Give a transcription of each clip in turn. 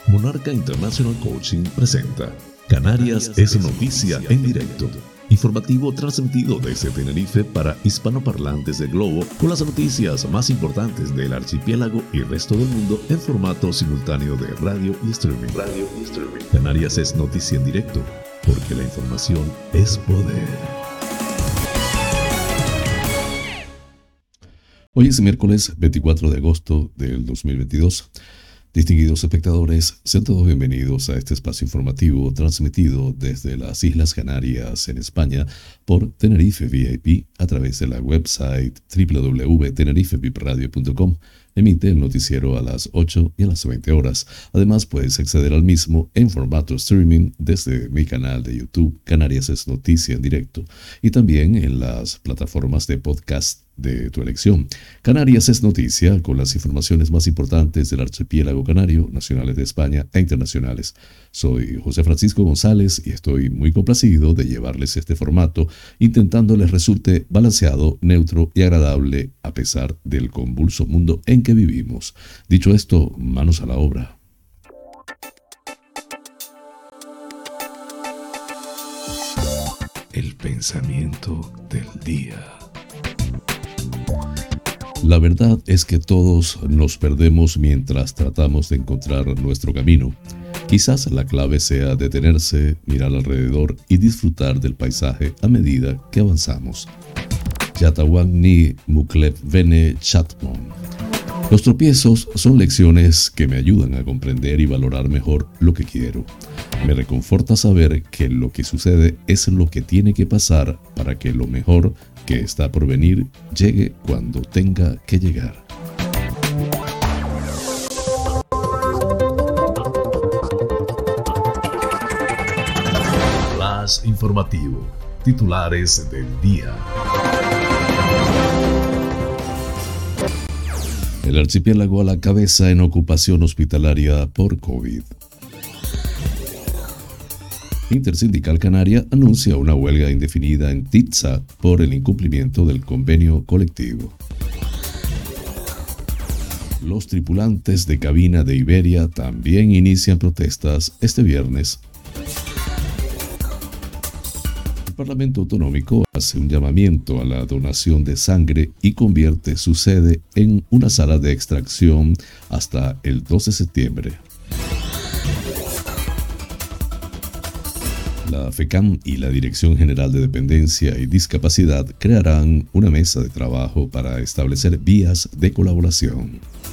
Monarca International Coaching presenta Canarias es noticia en directo. Informativo transmitido desde Tenerife para hispanoparlantes del globo con las noticias más importantes del archipiélago y resto del mundo en formato simultáneo de radio y streaming. Canarias es noticia en directo porque la información es poder. Hoy es miércoles 24 de agosto del 2022. Distinguidos espectadores, sean todos bienvenidos a este espacio informativo transmitido desde las Islas Canarias en España por Tenerife VIP a través de la website www.tenerifevipradio.com. Emite el noticiero a las 8 y a las 20 horas. Además, puedes acceder al mismo en formato streaming desde mi canal de YouTube, Canarias es Noticia en Directo, y también en las plataformas de podcast de tu elección. Canarias es Noticia, con las informaciones más importantes del archipiélago canario, nacionales de España e internacionales. Soy José Francisco González y estoy muy complacido de llevarles este formato, intentando les resulte balanceado, neutro y agradable a pesar del convulso mundo en que vivimos. Dicho esto, manos a la obra. El pensamiento del día. La verdad es que todos nos perdemos mientras tratamos de encontrar nuestro camino. Quizás la clave sea detenerse, mirar alrededor y disfrutar del paisaje a medida que avanzamos. Yatawan ni Muklev Vene Chatmon. Los tropiezos son lecciones que me ayudan a comprender y valorar mejor lo que quiero. Me reconforta saber que lo que sucede es lo que tiene que pasar para que lo mejor que está por venir llegue cuando tenga que llegar. Flash informativo. Titulares del día. El archipiélago a la cabeza en ocupación hospitalaria por COVID. Intersindical Canaria anuncia una huelga indefinida en Titsa por el incumplimiento del convenio colectivo. Los tripulantes de cabina de Iberia también inician protestas este viernes. El Parlamento Autonómico hace un llamamiento a la donación de sangre y convierte su sede en una sala de extracción hasta el 2 de septiembre. La FECAM y la Dirección General de Dependencia y Discapacidad crearán una mesa de trabajo para establecer vías de colaboración.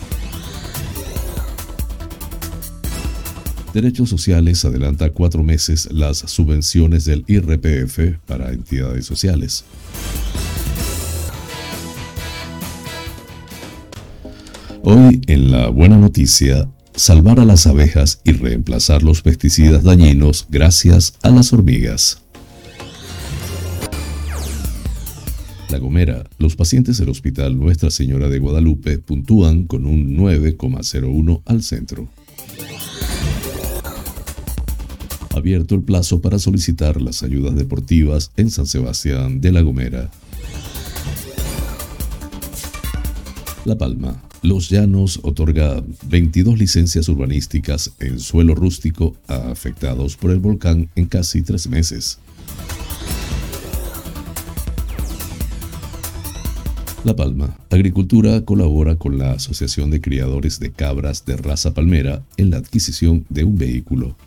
Derechos Sociales adelanta 4 meses las subvenciones del IRPF para entidades sociales. Hoy en la buena noticia, salvar a las abejas y reemplazar los pesticidas dañinos gracias a las hormigas. La Gomera, los pacientes del Hospital Nuestra Señora de Guadalupe puntúan con un 9,01 al centro. Abierto el plazo para solicitar las ayudas deportivas en San Sebastián de la Gomera. La Palma. Los Llanos otorga 22 licencias urbanísticas en suelo rústico a afectados por el volcán en casi 3 meses. La Palma. Agricultura colabora con la Asociación de Criadores de Cabras de Raza Palmera en la adquisición de un vehículo.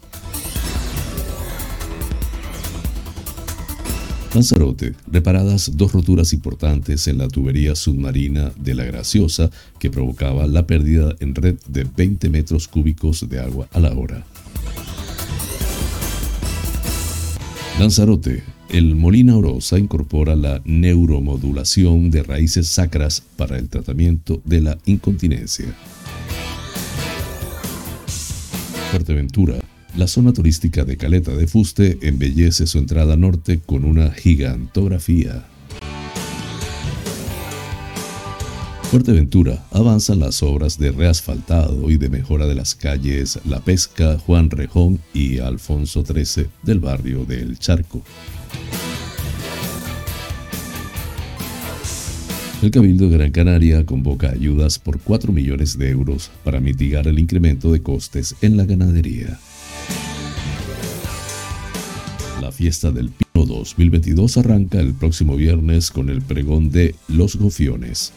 Lanzarote, reparadas 2 roturas importantes en la tubería submarina de La Graciosa que provocaba la pérdida en red de 20 metros cúbicos de agua a la hora. Lanzarote, el Molina Orosa incorpora la neuromodulación de raíces sacras para el tratamiento de la incontinencia. Fuerteventura. La zona turística de Caleta de Fuste embellece su entrada norte con una gigantografía. Fuerteventura, avanzan las obras de reasfaltado y de mejora de las calles La Pesca, Juan Rejón y Alfonso XIII del barrio del Charco. El Cabildo de Gran Canaria convoca ayudas por 4 millones de euros para mitigar el incremento de costes en la ganadería. La fiesta del Pino 2022 arranca el próximo viernes con el pregón de Los Gofiones.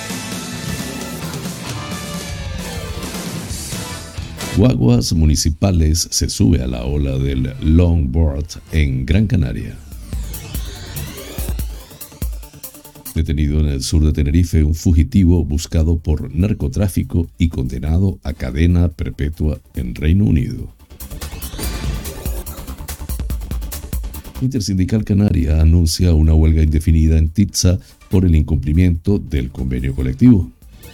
Guaguas municipales se sube a la ola del longboard en Gran Canaria. Detenido en el sur de Tenerife un fugitivo buscado por narcotráfico y condenado a cadena perpetua en Reino Unido. Intersindical Canaria anuncia una huelga indefinida en Titsa por el incumplimiento del convenio colectivo.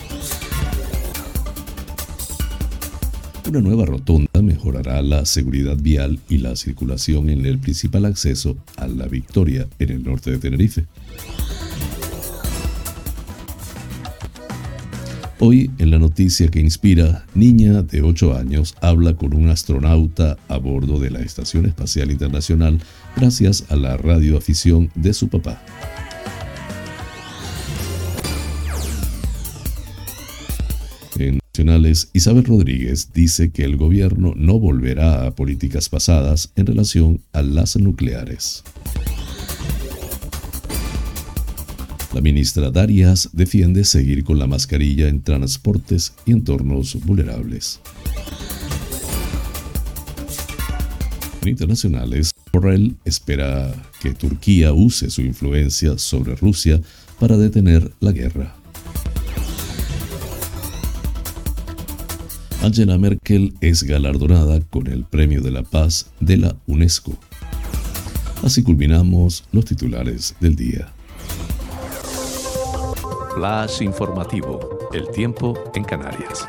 Una nueva rotonda mejorará la seguridad vial y la circulación en el principal acceso a La Victoria en el norte de Tenerife. Hoy, en la noticia que inspira, niña de 8 años habla con un astronauta a bordo de la Estación Espacial Internacional gracias a la radioafición de su papá. En nacionales, Isabel Rodríguez dice que el gobierno no volverá a políticas pasadas en relación a las nucleares. La ministra Darias defiende seguir con la mascarilla en transportes y entornos vulnerables. En internacionales, Borrell espera que Turquía use su influencia sobre Rusia para detener la guerra. Angela Merkel es galardonada con el Premio de la Paz de la UNESCO. Así culminamos los titulares del día. Flash informativo. El tiempo en Canarias.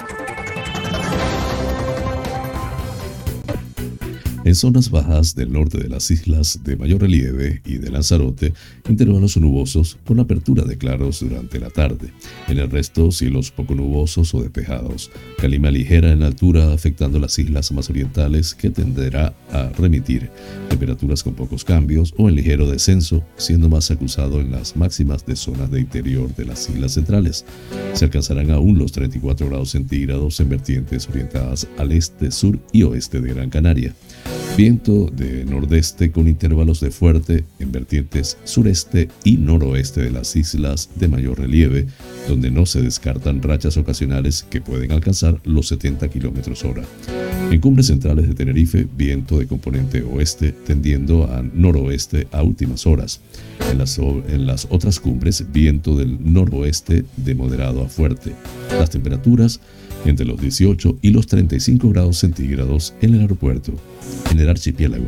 En zonas bajas del norte de las islas de mayor relieve y de Lanzarote, intervalos nubosos con apertura de claros durante la tarde. En el resto, cielos poco nubosos o despejados. Calima ligera en altura afectando las islas más orientales que tenderá a remitir. Temperaturas con pocos cambios o en ligero descenso, siendo más acusado en las máximas de zonas de interior de las islas centrales. Se alcanzarán aún los 34 grados centígrados en vertientes orientadas al este, sur y oeste de Gran Canaria. Viento de nordeste con intervalos de fuerte en vertientes sureste y noroeste de las islas de mayor relieve, donde no se descartan rachas ocasionales que pueden alcanzar los 70 km/h. En cumbres centrales de Tenerife, viento de componente oeste tendiendo a noroeste a últimas horas. En las otras cumbres, viento del noroeste de moderado a fuerte. Las temperaturas entre los 18 y los 35 grados centígrados en el aeropuerto, en el archipiélago.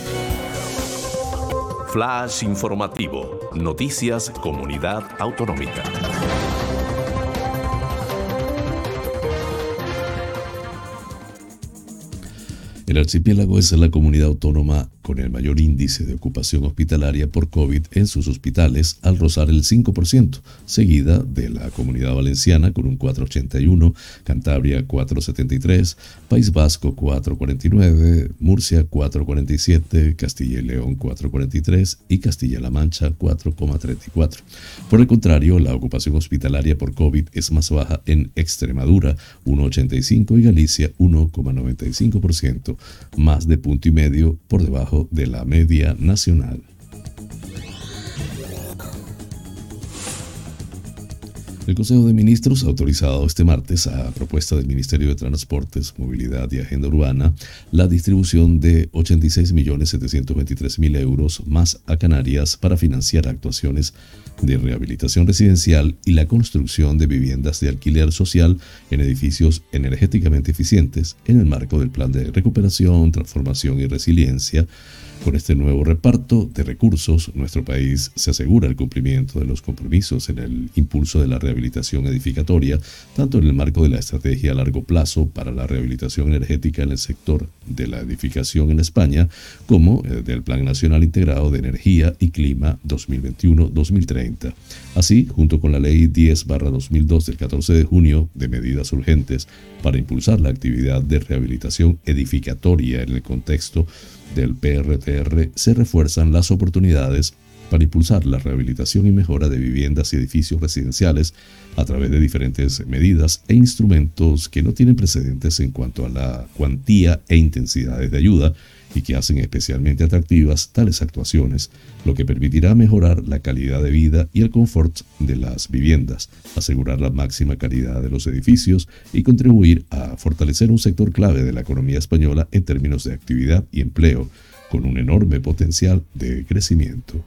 Flash informativo. Noticias Comunidad Autonómica. El archipiélago es la comunidad autónoma con el mayor índice de ocupación hospitalaria por COVID en sus hospitales, al rozar el 5%, seguida de la Comunidad Valenciana con un 4,81, Cantabria 4,73, País Vasco 4,49, Murcia 4,47, Castilla y León 4,43 y Castilla-La Mancha 4,34. Por el contrario, la ocupación hospitalaria por COVID es más baja en Extremadura 1,85 y Galicia 1,95%, más de punto y medio por debajo de la media nacional. El Consejo de Ministros ha autorizado este martes, a propuesta del Ministerio de Transportes, Movilidad y Agenda Urbana, la distribución de 86.723.000 euros más a Canarias para financiar actuaciones de rehabilitación residencial y la construcción de viviendas de alquiler social en edificios energéticamente eficientes en el marco del Plan de Recuperación, Transformación y Resiliencia. Con este nuevo reparto de recursos, nuestro país se asegura el cumplimiento de los compromisos en el impulso de la rehabilitación edificatoria, tanto en el marco de la estrategia a largo plazo para la rehabilitación energética en el sector de la edificación en España, como del Plan Nacional Integrado de Energía y Clima 2021-2030. Así, junto con la Ley 10/2002 del 14 de junio de medidas urgentes para impulsar la actividad de rehabilitación edificatoria en el contexto del PRTR, se refuerzan las oportunidades para impulsar la rehabilitación y mejora de viviendas y edificios residenciales a través de diferentes medidas e instrumentos que no tienen precedentes en cuanto a la cuantía e intensidades de ayuda y que hacen especialmente atractivas tales actuaciones, lo que permitirá mejorar la calidad de vida y el confort de las viviendas, asegurar la máxima calidad de los edificios y contribuir a fortalecer un sector clave de la economía española en términos de actividad y empleo, con un enorme potencial de crecimiento.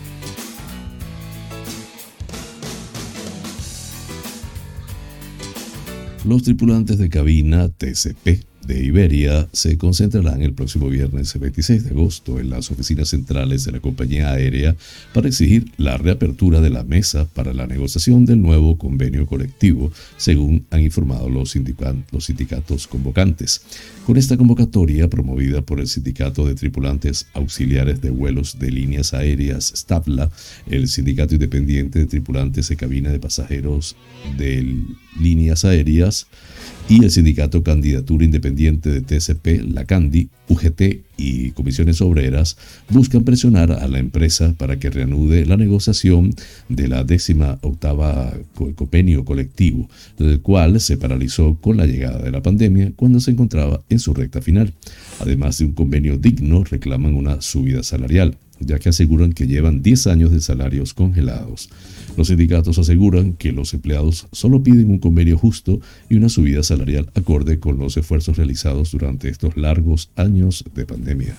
Los tripulantes de cabina TCP de Iberia se concentrarán el próximo viernes 26 de agosto en las oficinas centrales de la compañía aérea para exigir la reapertura de la mesa para la negociación del nuevo convenio colectivo, según han informado los sindicatos convocantes. Con esta convocatoria, promovida por el Sindicato de Tripulantes Auxiliares de Vuelos de Líneas Aéreas STAVLA, el Sindicato Independiente de Tripulantes de Cabina de Pasajeros de Líneas Aéreas y el Sindicato Candidatura Independiente de TCP, la CANDI, UGT y comisiones obreras buscan presionar a la empresa para que reanude la negociación de la 18ª convenio colectivo, el cual se paralizó con la llegada de la pandemia cuando se encontraba en su recta final. Además de un convenio digno, reclaman una subida salarial, ya que aseguran que llevan 10 años de salarios congelados. Los sindicatos aseguran que los empleados solo piden un convenio justo y una subida salarial acorde con los esfuerzos realizados durante estos largos años de pandemia.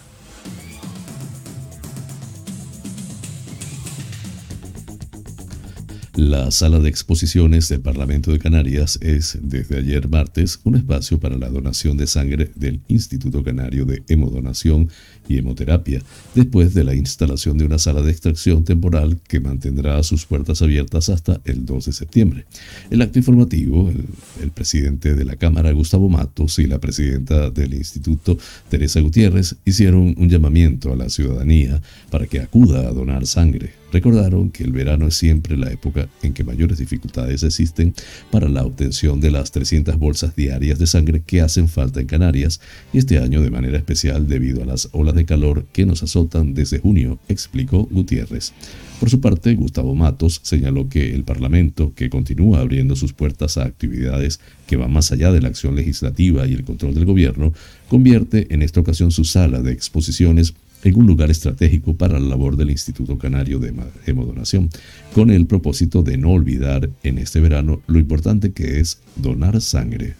La sala de exposiciones del Parlamento de Canarias es, desde ayer martes, un espacio para la donación de sangre del Instituto Canario de Hemodonación y Hemoterapia, después de la instalación de una sala de extracción temporal que mantendrá sus puertas abiertas hasta el 2 de septiembre. El acto informativo, el presidente de la Cámara, Gustavo Matos, y la presidenta del Instituto, Teresa Gutiérrez, hicieron un llamamiento a la ciudadanía para que acuda a donar sangre. Recordaron que el verano es siempre la época en que mayores dificultades existen para la obtención de las 300 bolsas diarias de sangre que hacen falta en Canarias, y este año de manera especial debido a las olas de calor que nos azotan desde junio, explicó Gutiérrez. Por su parte, Gustavo Matos señaló que el Parlamento, que continúa abriendo sus puertas a actividades que van más allá de la acción legislativa y el control del gobierno, convierte en esta ocasión su sala de exposiciones en un lugar estratégico para la labor del Instituto Canario de Hemodonación, con el propósito de no olvidar en este verano lo importante que es donar sangre.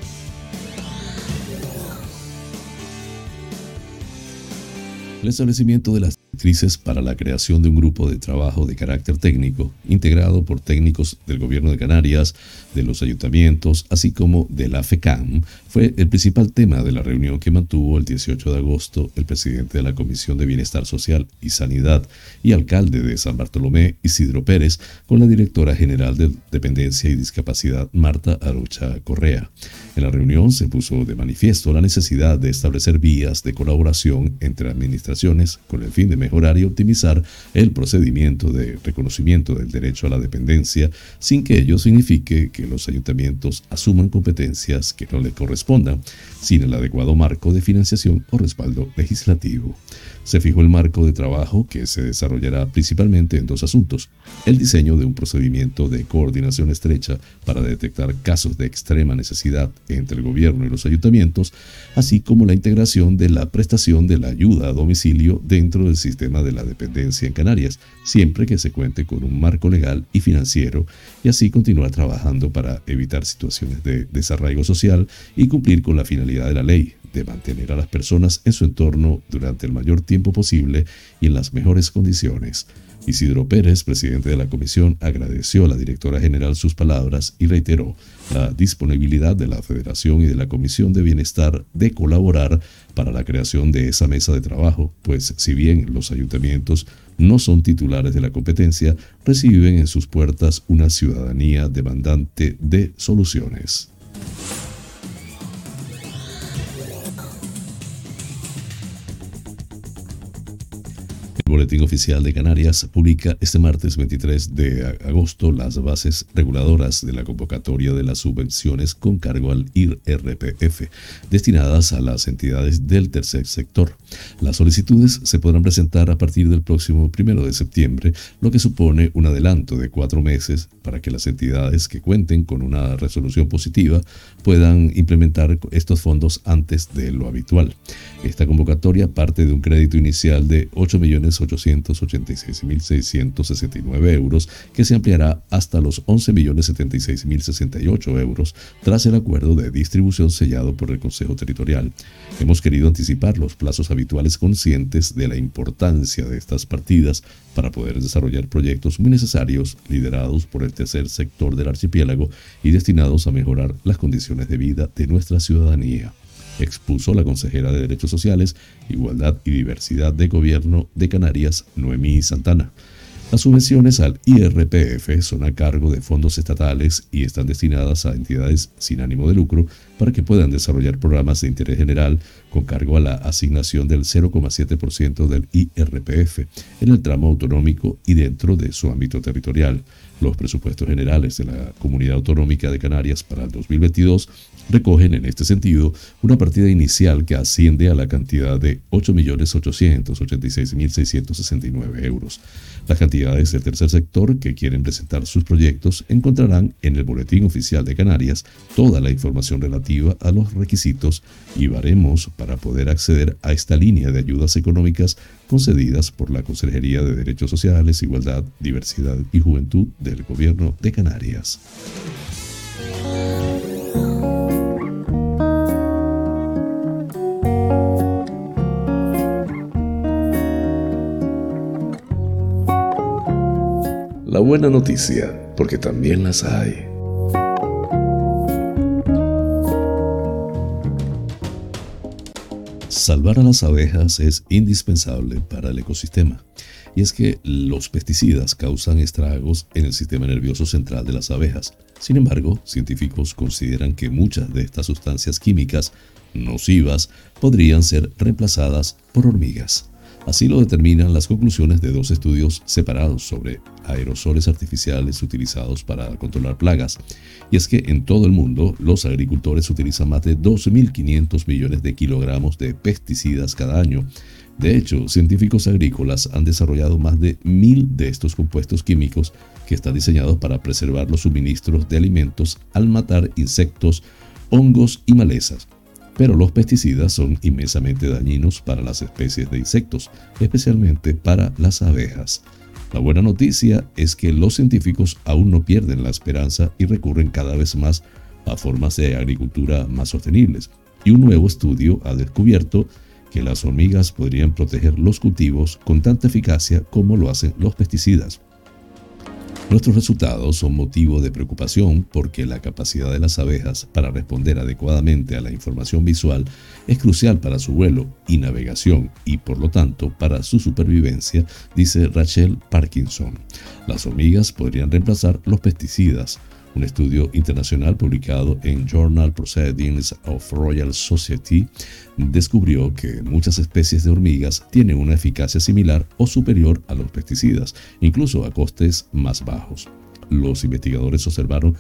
El establecimiento de las directrices para la creación de un grupo de trabajo de carácter técnico, integrado por técnicos del Gobierno de Canarias, de los ayuntamientos, así como de la FECAM, fue el principal tema de la reunión que mantuvo el 18 de agosto el presidente de la Comisión de Bienestar Social y Sanidad y alcalde de San Bartolomé, Isidro Pérez, con la directora general de Dependencia y Discapacidad, Marta Arocha Correa. En la reunión se puso de manifiesto la necesidad de establecer vías de colaboración entre administraciones con el fin de mejorar y optimizar el procedimiento de reconocimiento del derecho a la dependencia, sin que ello signifique que los ayuntamientos asuman competencias que no les correspondan, sin el adecuado marco de financiación o respaldo legislativo. Se fijó el marco de trabajo que se desarrollará principalmente en dos asuntos: el diseño de un procedimiento de coordinación estrecha para detectar casos de extrema necesidad entre el gobierno y los ayuntamientos, así como la integración de la prestación de la ayuda a domicilio dentro del sistema de la dependencia en Canarias, siempre que se cuente con un marco legal y financiero, y así continuar trabajando para evitar situaciones de desarraigo social y cumplir con la finalidad de la ley, de mantener a las personas en su entorno durante el mayor tiempo posible y en las mejores condiciones. Isidro Pérez, presidente de la comisión, agradeció a la directora general sus palabras y reiteró la disponibilidad de la Federación y de la Comisión de Bienestar de colaborar para la creación de esa mesa de trabajo, pues si bien los ayuntamientos no son titulares de la competencia, reciben en sus puertas una ciudadanía demandante de soluciones. El Boletín Oficial de Canarias publica este martes 23 de agosto las bases reguladoras de la convocatoria de las subvenciones con cargo al IRPF destinadas a las entidades del tercer sector. Las solicitudes se podrán presentar a partir del próximo 1 de septiembre, lo que supone un adelanto de 4 meses para que las entidades que cuenten con una resolución positiva puedan implementar estos fondos antes de lo habitual. Esta convocatoria parte de un crédito inicial de 8.886.669 euros que se ampliará hasta los 11.076.068 euros tras el acuerdo de distribución sellado por el Consejo Territorial. Hemos querido anticipar los plazos habituales conscientes de la importancia de estas partidas para poder desarrollar proyectos muy necesarios liderados por el tercer sector del archipiélago y destinados a mejorar las condiciones de vida de nuestra ciudadanía, expuso la consejera de Derechos Sociales, Igualdad y Diversidad de Gobierno de Canarias, Noemí Santana. Las subvenciones al IRPF son a cargo de fondos estatales y están destinadas a entidades sin ánimo de lucro para que puedan desarrollar programas de interés general con cargo a la asignación del 0,7% del IRPF en el tramo autonómico y dentro de su ámbito territorial. Los presupuestos generales de la Comunidad Autonómica de Canarias para el 2022 recogen en este sentido una partida inicial que asciende a la cantidad de 8.886.669 euros. Las cantidades del tercer sector que quieren presentar sus proyectos encontrarán en el Boletín Oficial de Canarias toda la información relativa a los requisitos y baremos para poder acceder a esta línea de ayudas económicas concedidas por la Consejería de Derechos Sociales, Igualdad, Diversidad y Juventud del Gobierno de Canarias. La buena noticia, porque también las hay. Salvar a las abejas es indispensable para el ecosistema. Y es que los pesticidas causan estragos en el sistema nervioso central de las abejas. Sin embargo, científicos consideran que muchas de estas sustancias químicas nocivas podrían ser reemplazadas por hormigas. Así lo determinan las conclusiones de 2 estudios separados sobre aerosoles artificiales utilizados para controlar plagas. Y es que en todo el mundo los agricultores utilizan más de 2.500 millones de kilogramos de pesticidas cada año. De hecho, científicos agrícolas han desarrollado más de 1.000 de estos compuestos químicos que están diseñados para preservar los suministros de alimentos al matar insectos, hongos y malezas. Pero los pesticidas son inmensamente dañinos para las especies de insectos, especialmente para las abejas. La buena noticia es que los científicos aún no pierden la esperanza y recurren cada vez más a formas de agricultura más sostenibles. Y un nuevo estudio ha descubierto que las hormigas podrían proteger los cultivos con tanta eficacia como lo hacen los pesticidas. Nuestros resultados son motivo de preocupación porque la capacidad de las abejas para responder adecuadamente a la información visual es crucial para su vuelo y navegación y por lo tanto para su supervivencia, dice Rachel Parkinson. Las hormigas podrían reemplazar los pesticidas. Un estudio internacional publicado en Journal Proceedings of Royal Society descubrió que muchas especies de hormigas tienen una eficacia similar o superior a los pesticidas, incluso a costes más bajos. Los investigadores observaron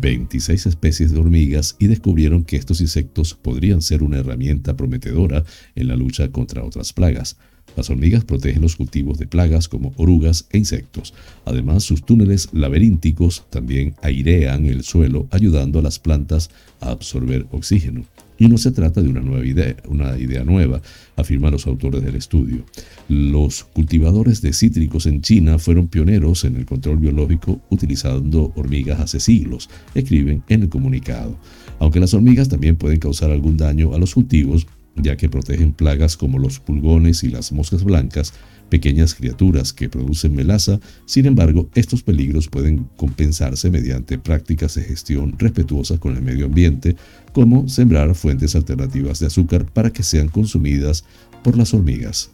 26 especies de hormigas y descubrieron que estos insectos podrían ser una herramienta prometedora en la lucha contra otras plagas. Las hormigas protegen los cultivos de plagas como orugas e insectos. Además, sus túneles laberínticos también airean el suelo, ayudando a las plantas a absorber oxígeno. Y no se trata de una idea nueva, afirman los autores del estudio. Los cultivadores de cítricos en China fueron pioneros en el control biológico utilizando hormigas hace siglos, escriben en el comunicado. Aunque las hormigas también pueden causar algún daño a los cultivos, ya que protegen plagas como los pulgones y las moscas blancas, pequeñas criaturas que producen melaza. Sin embargo, estos peligros pueden compensarse mediante prácticas de gestión respetuosas con el medio ambiente, como sembrar fuentes alternativas de azúcar para que sean consumidas por las hormigas.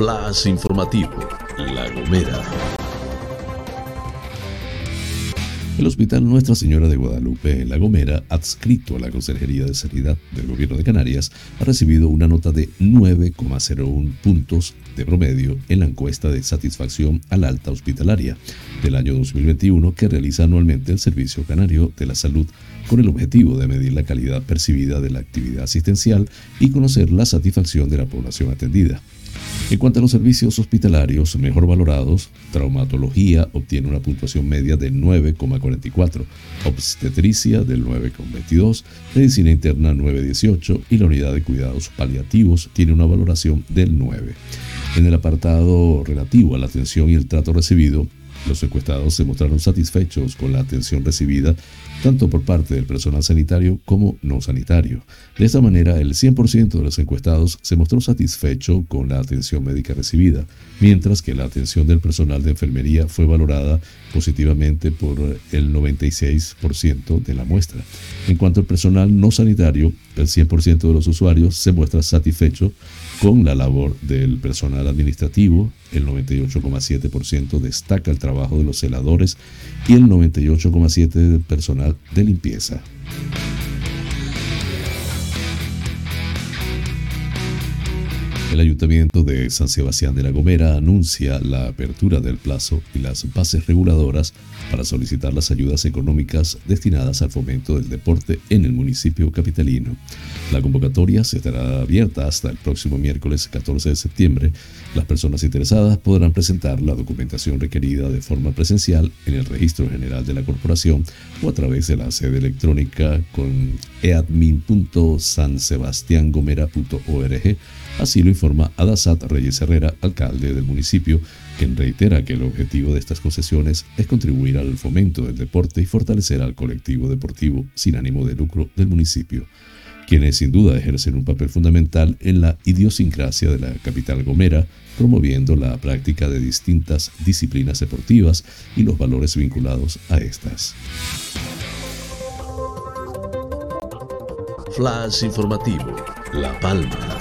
Flash informativo, La Gomera. El Hospital Nuestra Señora de Guadalupe en La Gomera, adscrito a la Consejería de Sanidad del Gobierno de Canarias, ha recibido una nota de 9,01 puntos de promedio en la encuesta de satisfacción al alta hospitalaria del año 2021 que realiza anualmente el Servicio Canario de la Salud, con el objetivo de medir la calidad percibida de la actividad asistencial y conocer la satisfacción de la población atendida. En cuanto a los servicios hospitalarios mejor valorados, traumatología obtiene una puntuación media de 9,44, obstetricia del 9,22, medicina interna 9,18 y la unidad de cuidados paliativos tiene una valoración del 9. En el apartado relativo a la atención y el trato recibido, los encuestados se mostraron satisfechos con la atención recibida tanto por parte del personal sanitario como no sanitario. De esta manera, el 100% de los encuestados se mostró satisfecho con la atención médica recibida, mientras que la atención del personal de enfermería fue valorada positivamente por el 96% de la muestra. En cuanto al personal no sanitario, el 100% de los usuarios se muestra satisfecho con la labor del personal administrativo, el 98,7% destaca el trabajo de los celadores y el 98,7% del personal de limpieza. El Ayuntamiento de San Sebastián de la Gomera anuncia la apertura del plazo y las bases reguladoras para solicitar las ayudas económicas destinadas al fomento del deporte en el municipio capitalino. La convocatoria se estará abierta hasta el próximo miércoles 14 de septiembre. Las personas interesadas podrán presentar la documentación requerida de forma presencial en el Registro General de la Corporación o a través de la sede electrónica con eadmin.sansebastiangomera.org. Así lo informa Adasat Reyes Herrera, alcalde del municipio, quien reitera que el objetivo de estas concesiones es contribuir al fomento del deporte y fortalecer al colectivo deportivo sin ánimo de lucro del municipio, quienes sin duda ejercen un papel fundamental en la idiosincrasia de la capital gomera, promoviendo la práctica de distintas disciplinas deportivas y los valores vinculados a estas. Flash informativo, La Palma.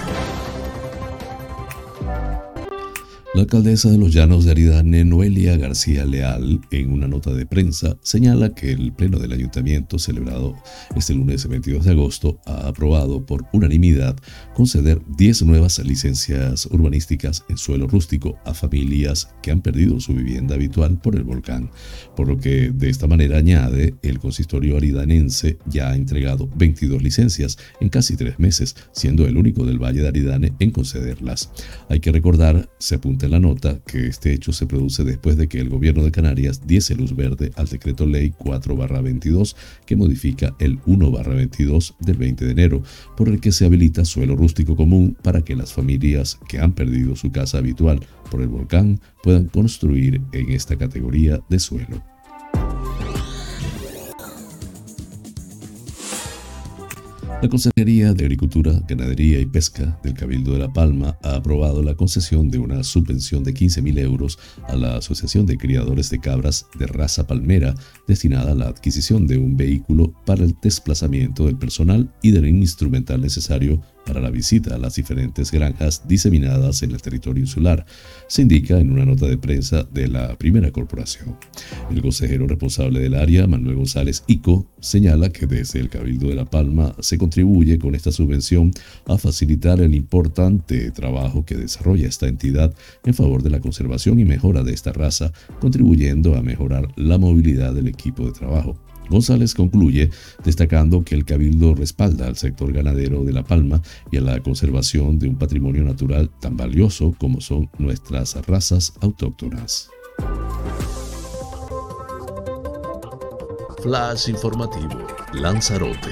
La alcaldesa de Los Llanos de Aridane, Noelia García Leal, en una nota de prensa, señala que el Pleno del Ayuntamiento, celebrado este lunes 22 de agosto, ha aprobado por unanimidad conceder 10 nuevas licencias urbanísticas en suelo rústico a familias que han perdido su vivienda habitual por el volcán, por lo que de esta manera añade, el consistorio aridanense ya ha entregado 22 licencias en casi 3 meses, siendo el único del Valle de Aridane en concederlas. Hay que recordar, se apunta en la nota, que este hecho se produce después de que el gobierno de Canarias diese luz verde al decreto ley 4/22 que modifica el 1/22 del 20 de enero, por el que se habilita suelo rústico común para que las familias que han perdido su casa habitual por el volcán puedan construir en esta categoría de suelo. La Consejería de Agricultura, Ganadería y Pesca del Cabildo de La Palma ha aprobado la concesión de una subvención de 15.000 euros a la Asociación de Criadores de Cabras de Raza Palmera, destinada a la adquisición de un vehículo para el desplazamiento del personal y del instrumental necesario para la visita a las diferentes granjas diseminadas en el territorio insular, se indica en una nota de prensa de la primera corporación. El consejero responsable del área, Manuel González Ico, señala que desde el Cabildo de La Palma se contribuye con esta subvención a facilitar el importante trabajo que desarrolla esta entidad en favor de la conservación y mejora de esta raza, contribuyendo a mejorar la movilidad del equipo de trabajo. González concluye destacando que el Cabildo respalda al sector ganadero de La Palma y a la conservación de un patrimonio natural tan valioso como son nuestras razas autóctonas. Flash informativo, Lanzarote.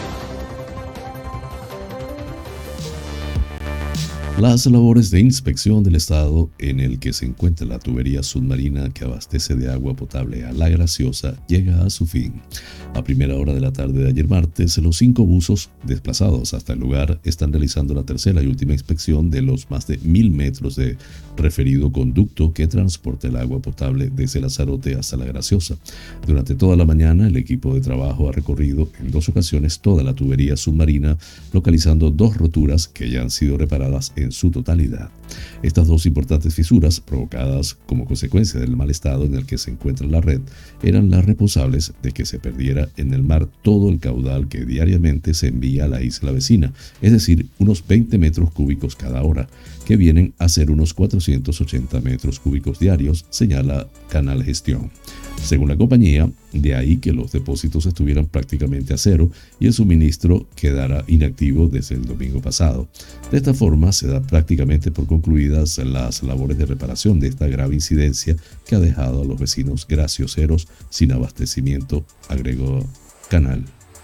Las labores de inspección del estado en el que se encuentra la tubería submarina que abastece de agua potable a La Graciosa llega a su fin. A primera hora de la tarde de ayer martes, los 5 buzos desplazados hasta el lugar están realizando la tercera y última inspección de los más de 1.000 metros de referido conducto que transporta el agua potable desde Lanzarote hasta La Graciosa. Durante toda la mañana, el equipo de trabajo ha recorrido en 2 ocasiones toda la tubería submarina, localizando 2 roturas que ya han sido reparadas en en su totalidad. Estas dos importantes fisuras, provocadas como consecuencia del mal estado en el que se encuentra la red, eran las responsables de que se perdiera en el mar todo el caudal que diariamente se envía a la isla vecina, es decir, unos 20 metros cúbicos cada hora, que vienen a ser unos 480 metros cúbicos diarios, señala Canal Gestión. Según la compañía, de ahí que los depósitos estuvieran prácticamente a cero y el suministro quedara inactivo desde el domingo pasado. De esta forma, se da prácticamente por concluidas las labores de reparación de esta grave incidencia que ha dejado a los vecinos gracioseros sin abastecimiento, agregó Canal.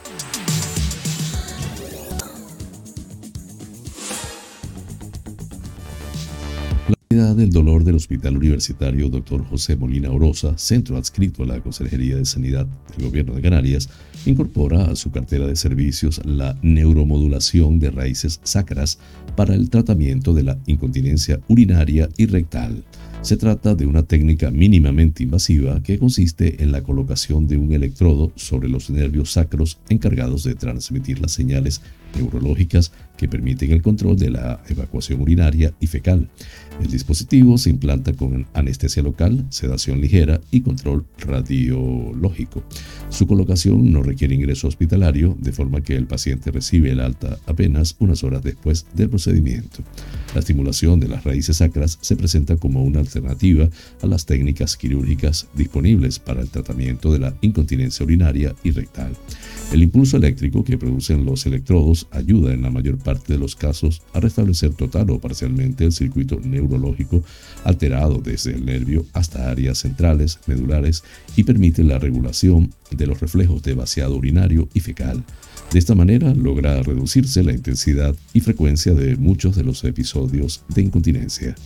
La unidad del dolor del Hospital Universitario Dr. José Molina Oroza, centro adscrito a la Consejería de Sanidad del Gobierno de Canarias, incorpora a su cartera de servicios la neuromodulación de raíces sacras para el tratamiento de la incontinencia urinaria y rectal. Se trata de una técnica mínimamente invasiva que consiste en la colocación de un electrodo sobre los nervios sacros encargados de transmitir las señales neurológicas que permiten el control de la evacuación urinaria y fecal. El dispositivo se implanta con anestesia local, sedación ligera y control radiológico. Su colocación no requiere ingreso hospitalario, de forma que el paciente recibe el alta apenas unas horas después del procedimiento. La estimulación de las raíces sacras se presenta como una alternativa a las técnicas quirúrgicas disponibles para el tratamiento de la incontinencia urinaria y rectal. El impulso eléctrico que producen los electrodos ayuda en la mayor parte de los casos a restablecer total o parcialmente el circuito neurológico alterado desde el nervio hasta áreas centrales, medulares y permite la regulación de los reflejos de vaciado urinario y fecal. De esta manera logra reducirse la intensidad y frecuencia de muchos de los episodios de incontinencia.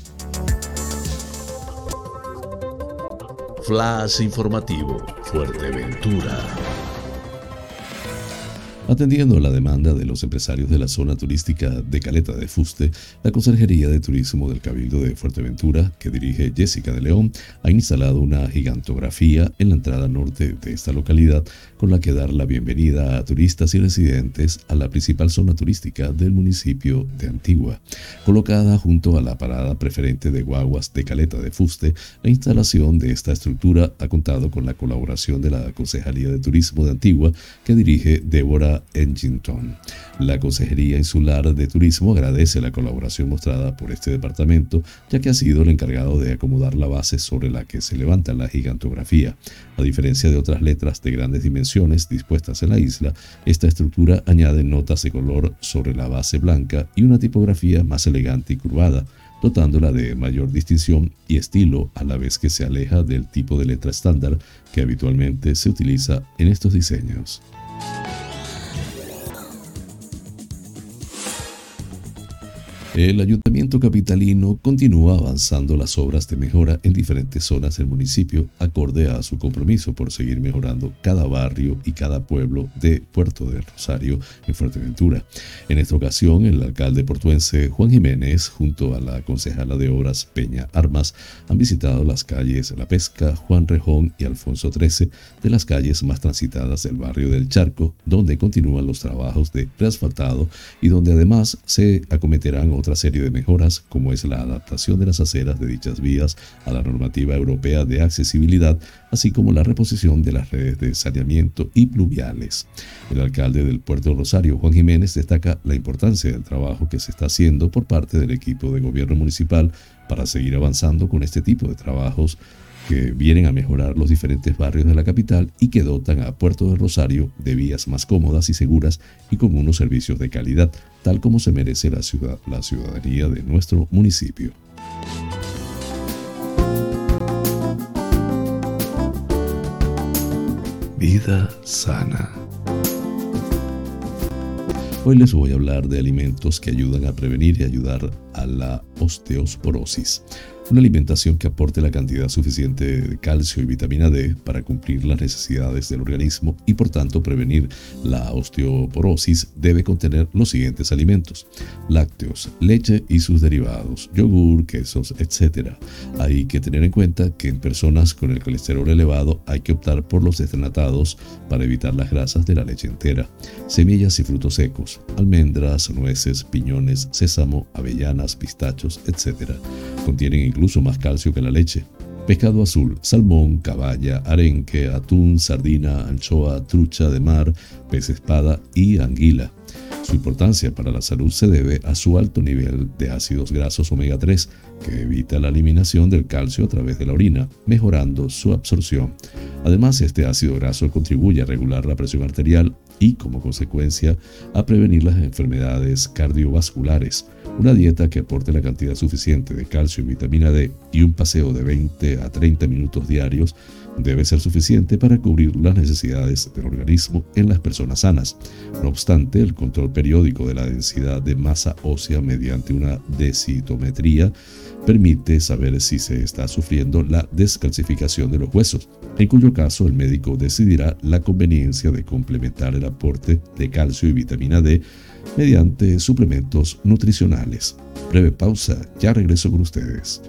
Flash informativo, Fuerteventura. Atendiendo la demanda de los empresarios de la zona turística de Caleta de Fuste, la Consejería de Turismo del Cabildo de Fuerteventura, que dirige Jessica de León, ha instalado una gigantografía en la entrada norte de esta localidad con la que dar la bienvenida a turistas y residentes a la principal zona turística del municipio de Antigua. Colocada junto a la parada preferente de guaguas de Caleta de Fuste, la instalación de esta estructura ha contado con la colaboración de la Consejería de Turismo de Antigua, que dirige Débora Engington. La Consejería Insular de Turismo agradece la colaboración mostrada por este departamento, ya que ha sido el encargado de acomodar la base sobre la que se levanta la gigantografía. A diferencia de otras letras de grandes dimensiones dispuestas en la isla, esta estructura añade notas de color sobre la base blanca y una tipografía más elegante y curvada, dotándola de mayor distinción y estilo, a la vez que se aleja del tipo de letra estándar que habitualmente se utiliza en estos diseños. El Ayuntamiento capitalino continúa avanzando las obras de mejora en diferentes zonas del municipio, acorde a su compromiso por seguir mejorando cada barrio y cada pueblo de Puerto del Rosario en Fuerteventura. En esta ocasión, el alcalde portuense Juan Jiménez, junto a la concejala de Obras Peña Armas, han visitado las calles La Pesca, Juan Rejón y Alfonso XIII, de las calles más transitadas del barrio del Charco, donde continúan los trabajos de reasfaltado y donde además se acometerán otra serie de mejoras, como es la adaptación de las aceras de dichas vías a la normativa europea de accesibilidad, así como la reposición de las redes de saneamiento y pluviales. El alcalde del Puerto Rosario, Juan Jiménez, destaca la importancia del trabajo que se está haciendo por parte del equipo de gobierno municipal para seguir avanzando con este tipo de trabajos que vienen a mejorar los diferentes barrios de la capital y que dotan a Puerto del Rosario de vías más cómodas y seguras y con unos servicios de calidad, tal como se merece la ciudadanía de nuestro municipio. Vida sana. Hoy les voy a hablar de alimentos que ayudan a prevenir y ayudar a la osteoporosis. Una alimentación que aporte la cantidad suficiente de calcio y vitamina D para cumplir las necesidades del organismo y por tanto prevenir la osteoporosis debe contener los siguientes alimentos: lácteos, leche y sus derivados, yogur, quesos, etc. Hay que tener en cuenta que en personas con el colesterol elevado hay que optar por los desnatados para evitar las grasas de la leche entera, semillas y frutos secos, almendras, nueces, piñones, sésamo, avellanas, pistachos, etc. Contienen incluso más calcio que la leche. Pescado azul, salmón, caballa, arenque, atún, sardina, anchoa, trucha de mar, pez espada y anguila. Su importancia para la salud se debe a su alto nivel de ácidos grasos omega 3, que evita la eliminación del calcio a través de la orina, mejorando su absorción. Además, este ácido graso contribuye a regular la presión arterial y, como consecuencia, a prevenir las enfermedades cardiovasculares. Una dieta que aporte la cantidad suficiente de calcio y vitamina D y un paseo de 20 a 30 minutos diarios debe ser suficiente para cubrir las necesidades del organismo en las personas sanas. No obstante, el control periódico de la densidad de masa ósea mediante una densitometría permite saber si se está sufriendo la descalcificación de los huesos, en cuyo caso el médico decidirá la conveniencia de complementar el aporte de calcio y vitamina D mediante suplementos nutricionales. Breve pausa, ya regreso con ustedes.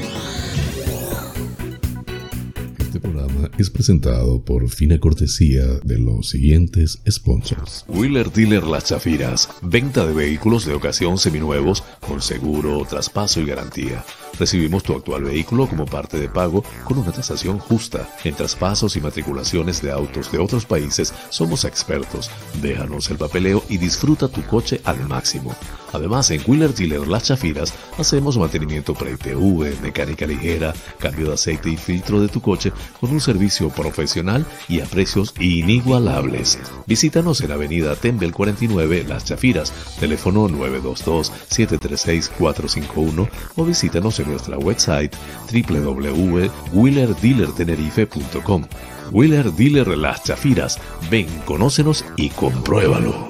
Este programa es presentado por fina cortesía de los siguientes sponsors. Wheeler Dealer Las Chafiras, venta de vehículos de ocasión seminuevos con seguro, traspaso y garantía. Recibimos tu actual vehículo como parte de pago con una tasación justa. En traspasos y matriculaciones de autos de otros países somos expertos. Déjanos el papeleo y disfruta tu coche al máximo. Además, en Wheeler Dealer Las Chafiras hacemos mantenimiento pre-ITV, mecánica ligera, cambio de aceite y filtro de tu coche con un servicio profesional y a precios inigualables. Visítanos en Avenida Tembel 49 Las Chafiras, teléfono 922-736-451 o visítanos en nuestra website www.wheelerdealertenerife.com. Wheeler Dealer Las Chafiras. Ven, conócenos y compruébalo.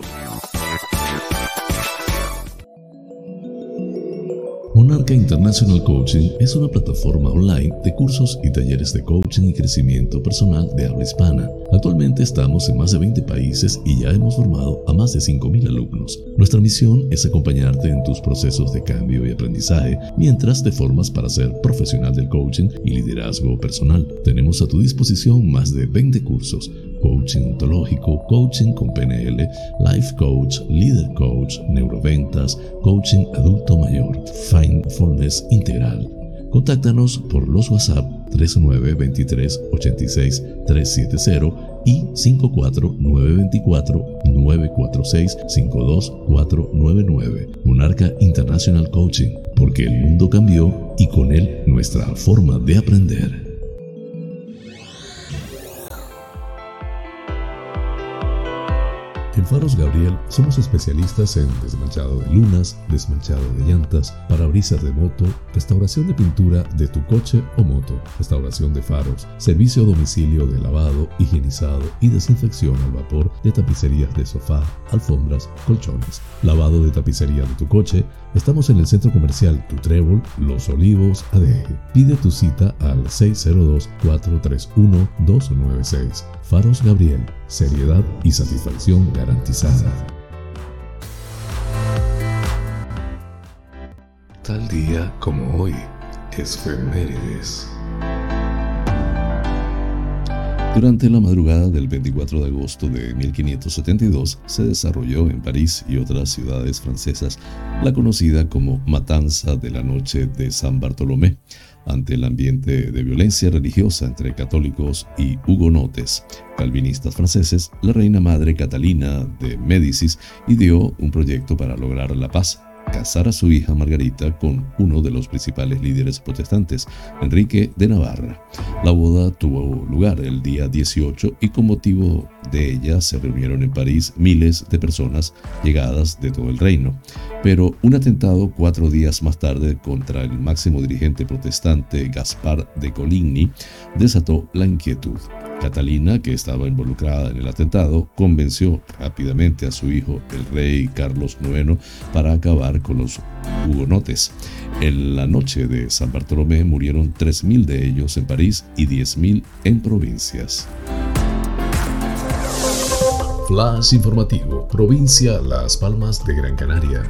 Monarca International Coaching es una plataforma online de cursos y talleres de coaching y crecimiento personal de habla hispana. Actualmente estamos en más de 20 países y ya hemos formado a más de 5,000 alumnos. Nuestra misión es acompañarte en tus procesos de cambio y aprendizaje mientras te formas para ser profesional del coaching y liderazgo personal. Tenemos a tu disposición más de 20 cursos: coaching ontológico, coaching con PNL, life coach, leader coach, neuroventas, coaching adulto mayor, mindfulness integral. Contáctanos por los WhatsApp 3923-86-370 y 54924-946-52499. Monarca International Coaching, porque el mundo cambió y con él nuestra forma de aprender. En Faros Gabriel somos especialistas en desmanchado de lunas, desmanchado de llantas, parabrisas de moto, restauración de pintura de tu coche o moto, restauración de faros, servicio a domicilio de lavado, higienizado y desinfección al vapor de tapicerías de sofá, alfombras, colchones, lavado de tapicería de tu coche. Estamos en el Centro Comercial Tu Trébol, Los Olivos, ADG. Pide tu cita al 602-431-296. Faros Gabriel, seriedad y satisfacción garantizada. Tal día como hoy, efemérides. Durante la madrugada del 24 de agosto de 1572 se desarrolló en París y otras ciudades francesas la conocida como Matanza de la Noche de San Bartolomé. Ante el ambiente de violencia religiosa entre católicos y hugonotes calvinistas franceses, la reina madre Catalina de Médicis ideó un proyecto para lograr la paz: casar a su hija Margarita con uno de los principales líderes protestantes, Enrique de Navarra. La boda tuvo lugar el día 18 y con motivo de ella se reunieron en París miles de personas llegadas de todo el reino. Pero un atentado 4 días más tarde contra el máximo dirigente protestante Gaspar de Coligny desató la inquietud. Catalina, que estaba involucrada en el atentado, convenció rápidamente a su hijo, el rey Carlos IX, para acabar con los hugonotes. En la noche de San Bartolomé murieron 3.000 de ellos en París y 10.000 en provincias. Flash informativo, provincia Las Palmas de Gran Canaria.